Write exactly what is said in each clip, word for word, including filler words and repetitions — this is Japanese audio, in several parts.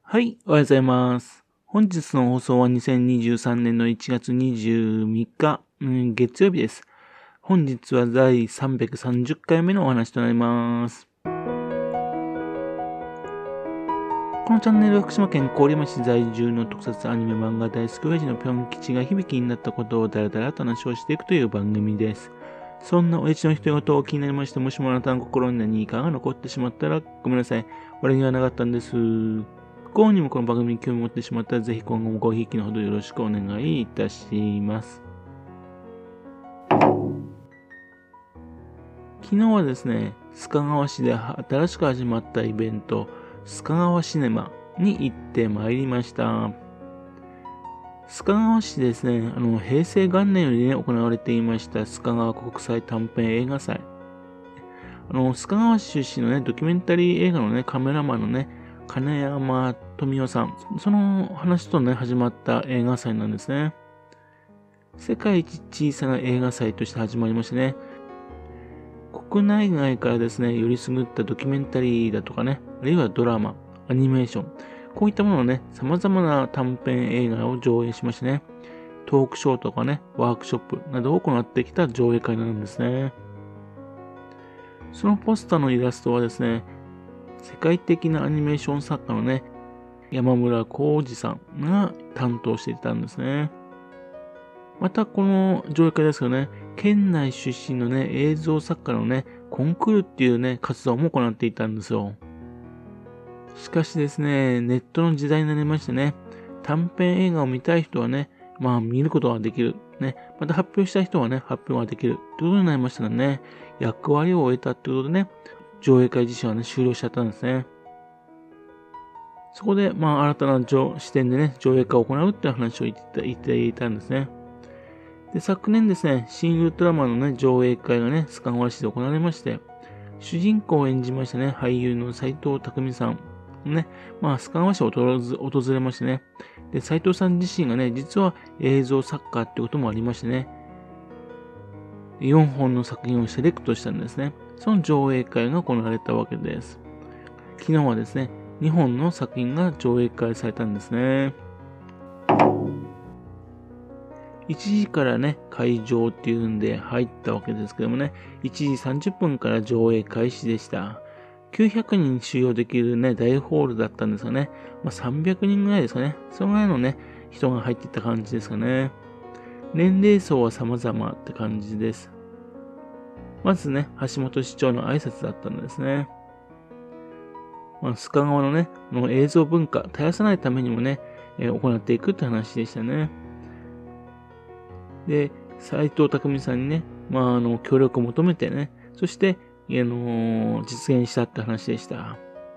はい、おはようございます。本日の放送はにせんにじゅうさんねんのいちがつにじゅうみっか、うん、月曜日です。本日はだいさんびゃくさんじゅっかいめのお話となります。このチャンネルは福島県郡山市在住の特撮アニメ漫画大好き親父のぴょん吉が響きになったことをだらだらと話をしていくという番組です。そんな親父の一言を気になりまして、もしもあなたの心に何かが残ってしまったらごめんなさい。俺にはなかったんです。不幸にもこの番組に興味を持ってしまったら、ぜひ今後もごひいきのほどよろしくお願いいたします。昨日はですね、須賀川市で新しく始まったイベント、須賀川シネマに行ってまいりました。須賀川市ですね、あの平成元年よりね、行われていました須賀川国際短編映画祭。あの、須賀川市出身のね、ドキュメンタリー映画のね、カメラマンのね、金山富夫さん、その話とね、始まった映画祭なんですね。世界一小さな映画祭として始まりましてね、国内外からですね、よりすぐったドキュメンタリーだとかね、あるいはドラマ、アニメーション、こういったものをね、様々な短編映画を上映しましてね、トークショーとかね、ワークショップなどを行ってきた上映会なんですね。そのポスターのイラストはですね、世界的なアニメーション作家のね、山村浩二さんが担当していたんですね。またこの上映会ですけどね、県内出身のね、映像作家のね、コンクールっていうね、活動も行っていたんですよ。しかしですね、ネットの時代になりましてね、短編映画を見たい人はね、まあ見ることができる。ね、また発表したい人はね、発表ができる。ということになりましたらね、役割を終えたってことでね、上映会自身はね、終了しちゃったんですね。そこで、まあ、新たな視点でね、上映会を行うっていう話を言って言っていたんですね。で、昨年ですね、新ウルトラマンのね、上映会がね、須賀川市で行われまして、主人公を演じましたね、俳優の斎藤工さん。ね、まあ、須賀川市を訪れましてね、で、斎藤さん自身がね、実は映像作家ってこともありましてね、よんほんの作品をセレクトしたんですね。その上映会が行われたわけです。昨日はですね、にほんの作品が上映会されたんですね。いちじからね、会場っていうんで入ったわけですけどもね、いちじさんじゅっぷんから上映開始でした。きゅうひゃくにん収容できるね、大ホールだったんですがね、まあ、さんびゃくにんぐらいですかね。そのぐらいのね、人が入っていった感じですかね。年齢層は様々って感じです。まずね、橋本市長の挨拶だったんですね。まあ、須賀川のね、の映像文化、絶やさないためにもね、えー、行っていくって話でしたね。で、斎藤工さんにね、まあ、あの、協力を求めてね、そして、あのー、実現したって話でした。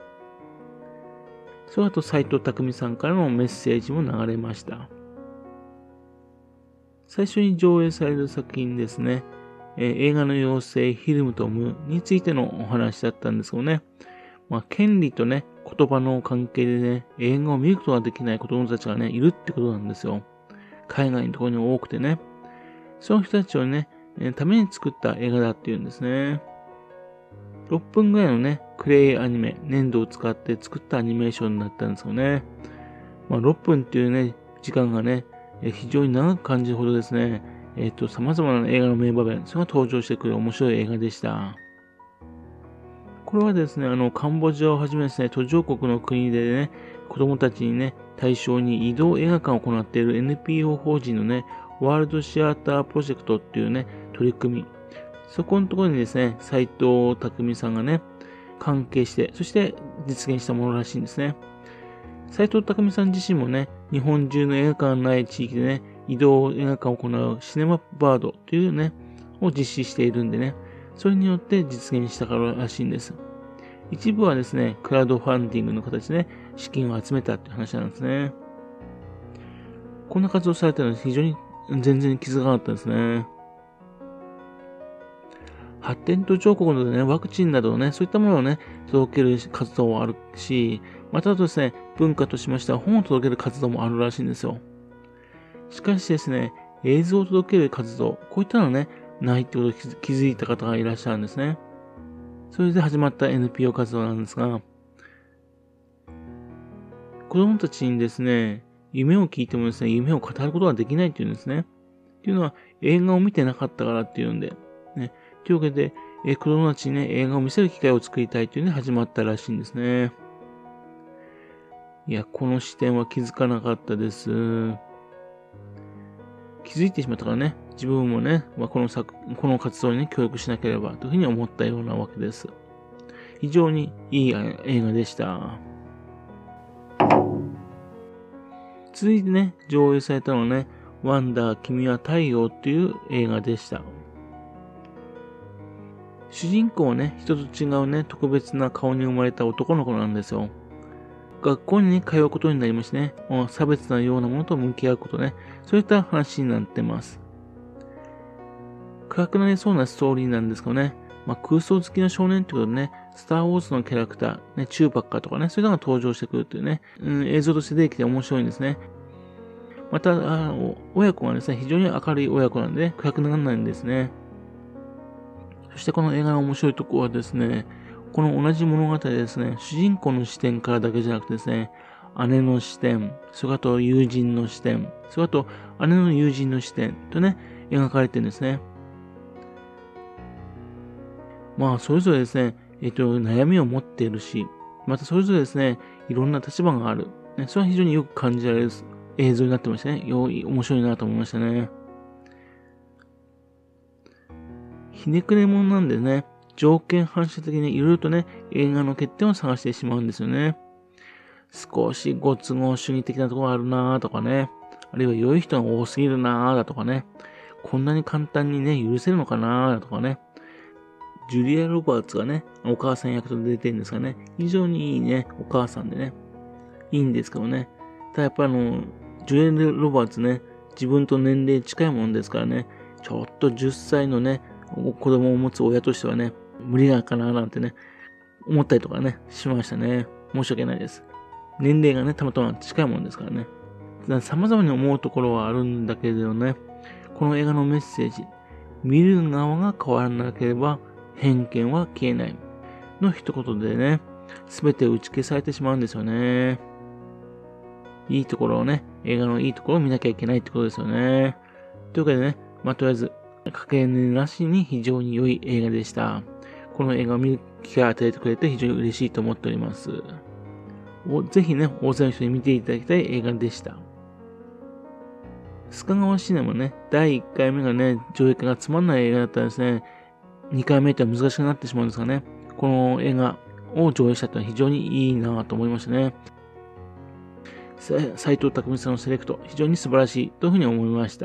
その後、斎藤工さんからのメッセージも流れました。最初に上映される作品ですね、えー、映画の妖精ヒルムとムについてのお話だったんですけどね、まあ、権利とね、言葉の関係でね、映画を見ることができない子供たちがね、いるってことなんですよ。海外のところに多くてね。その人たちをね、ために作った映画だっていうんですね。ろっぷんぐらいのね、クレイアニメ、粘土を使って作ったアニメーションになったんですよね。まあ、ろっぷんっていうね、時間がね、非常に長く感じるほどですね、えっと、様々な映画の名場面、それが登場してくる面白い映画でした。これはですね、あの、カンボジアをはじめですね、途上国の国でね、子供たちにね、対象に移動映画館を行っている エヌピーオー 法人のね、ワールドシアタープロジェクトっていうね、取り組み。そこのところにですね、斎藤工さんがね、関係して、そして実現したものらしいんですね。斎藤工さん自身もね、日本中の映画館のない地域でね、移動映画館を行うシネマバードというね、を実施しているんでね、それによって実現したかららしいんです。一部はですね、クラウドファンディングの形で、ね、資金を集めたっていう話なんですね。こんな活動されたのは非常に全然気づかなかったですね。発展途上国のね、ワクチンなどをね、そういったものをね、届ける活動もあるし、またですね、文化としましては本を届ける活動もあるらしいんですよ。しかしですね、映像を届ける活動、こういったのはね、ないってことを気づいた方がいらっしゃるんですね。それで始まった エヌピーオー 活動なんですが、 子供たちにですね、夢を聞いてもですね、夢を語ることができないっていうんですね。っていうのは、映画を見てなかったからっていうんで、ね。というわけで、え子供たちにね、映画を見せる機会を作りたいというので始まったらしいんですね。いや、この視点は気づかなかったです。気づいてしまったからね、自分もね、まあ、この作、この活動にね、協力しなければというふうに思ったようなわけです。非常にいい映画でした。続いてね、上映されたのはね、ワンダー君は太陽っていう映画でした。主人公はね、人と違うね、特別な顔に生まれた男の子なんですよ。学校にね、通うことになりましてね、差別なようなものと向き合うことね、そういった話になってます。暗くなりそうなストーリーなんですけどね、まあ、空想好きの少年ってことでね、スターウォーズのキャラクター、ね、チューパッカーとかね、そういうのが登場してくるっていうね、うん、映像として出てきて面白いんですね。また、あ親子がですね、非常に明るい親子なんで、ね、暗くならないんですね。そしてこの映画の面白いところはですね、この同じ物語ですね、主人公の視点からだけじゃなくてですね、姉の視点、それと友人の視点、それと姉の友人の視点とね、描かれてるんですね。まあ、それぞれですね、えっと、悩みを持っているし、またそれぞれですね、いろんな立場がある。ね、それは非常によく感じられる映像になってましたね。よい、面白いなと思いましたね。ひねくれ者なんでね、条件反射的にいろいろとね、映画の欠点を探してしまうんですよね。少しご都合主義的なところがあるなーとかね、あるいは良い人が多すぎるなーだとかね、こんなに簡単にね、許せるのかなーだとかね、ジュリア・ロバーツがね、お母さん役と出てるんですがね、非常にいいね、お母さんでね、いいんですけどね、ただやっぱあの、ジュリア・ロバーツね、自分と年齢近いもんですからね、ちょっとじゅっさいのね、子供を持つ親としてはね、無理がかななんてね、思ったりとかね、しましたね。申し訳ないです。年齢がね、たまたま近いもんですからね。様々に思うところはあるんだけれどね、この映画のメッセージ、見る側が変わらなければ偏見は消えないの一言でね、すべて打ち消されてしまうんですよね。いいところをね、映画のいいところを見なきゃいけないってことですよね。というわけでね、まあ、とりあえず、かけねなしに非常に良い映画でした。この映画を見る機会を与えてくれて非常に嬉しいと思っております。ぜひね、大勢の人に見ていただきたい映画でした。須賀川シネマね、だいいっかいめがね、上映会がつまんない映画だったらですね、にかいめって難しくなってしまうんですがね、この映画を上映したってのは非常にいいなと思いましたね。斎藤工さんのセレクト、非常に素晴らしいというふうに思いました。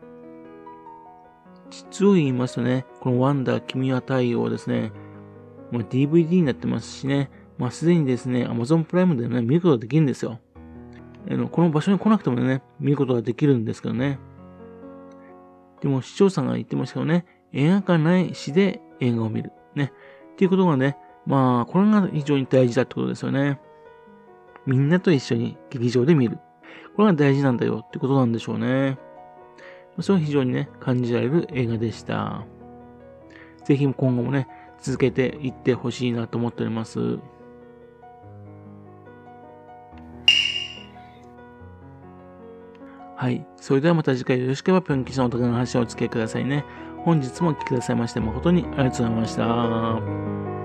実を言いますとね、このワンダー君は太陽ですね、もう ディーブイディー になってますしね、まあすでにですね、Amazon プライムでね、見ることができるんですよ。あのこの場所に来なくてもね、見ることができるんですけどね。でも視聴者が言ってましたけどね、映画館ないしで映画を見る。ね。っていうことがね、まあ、これが非常に大事だってことですよね。みんなと一緒に劇場で見る。これが大事なんだよってことなんでしょうね。それは非常にね、感じられる映画でした。ぜひ今後もね、続けていってほしいなと思っております。はい。それではまた次回よろしければぴょん吉のお宝の話をお付けくださいね。本日もお聞きくださいまして誠にありがとうございました。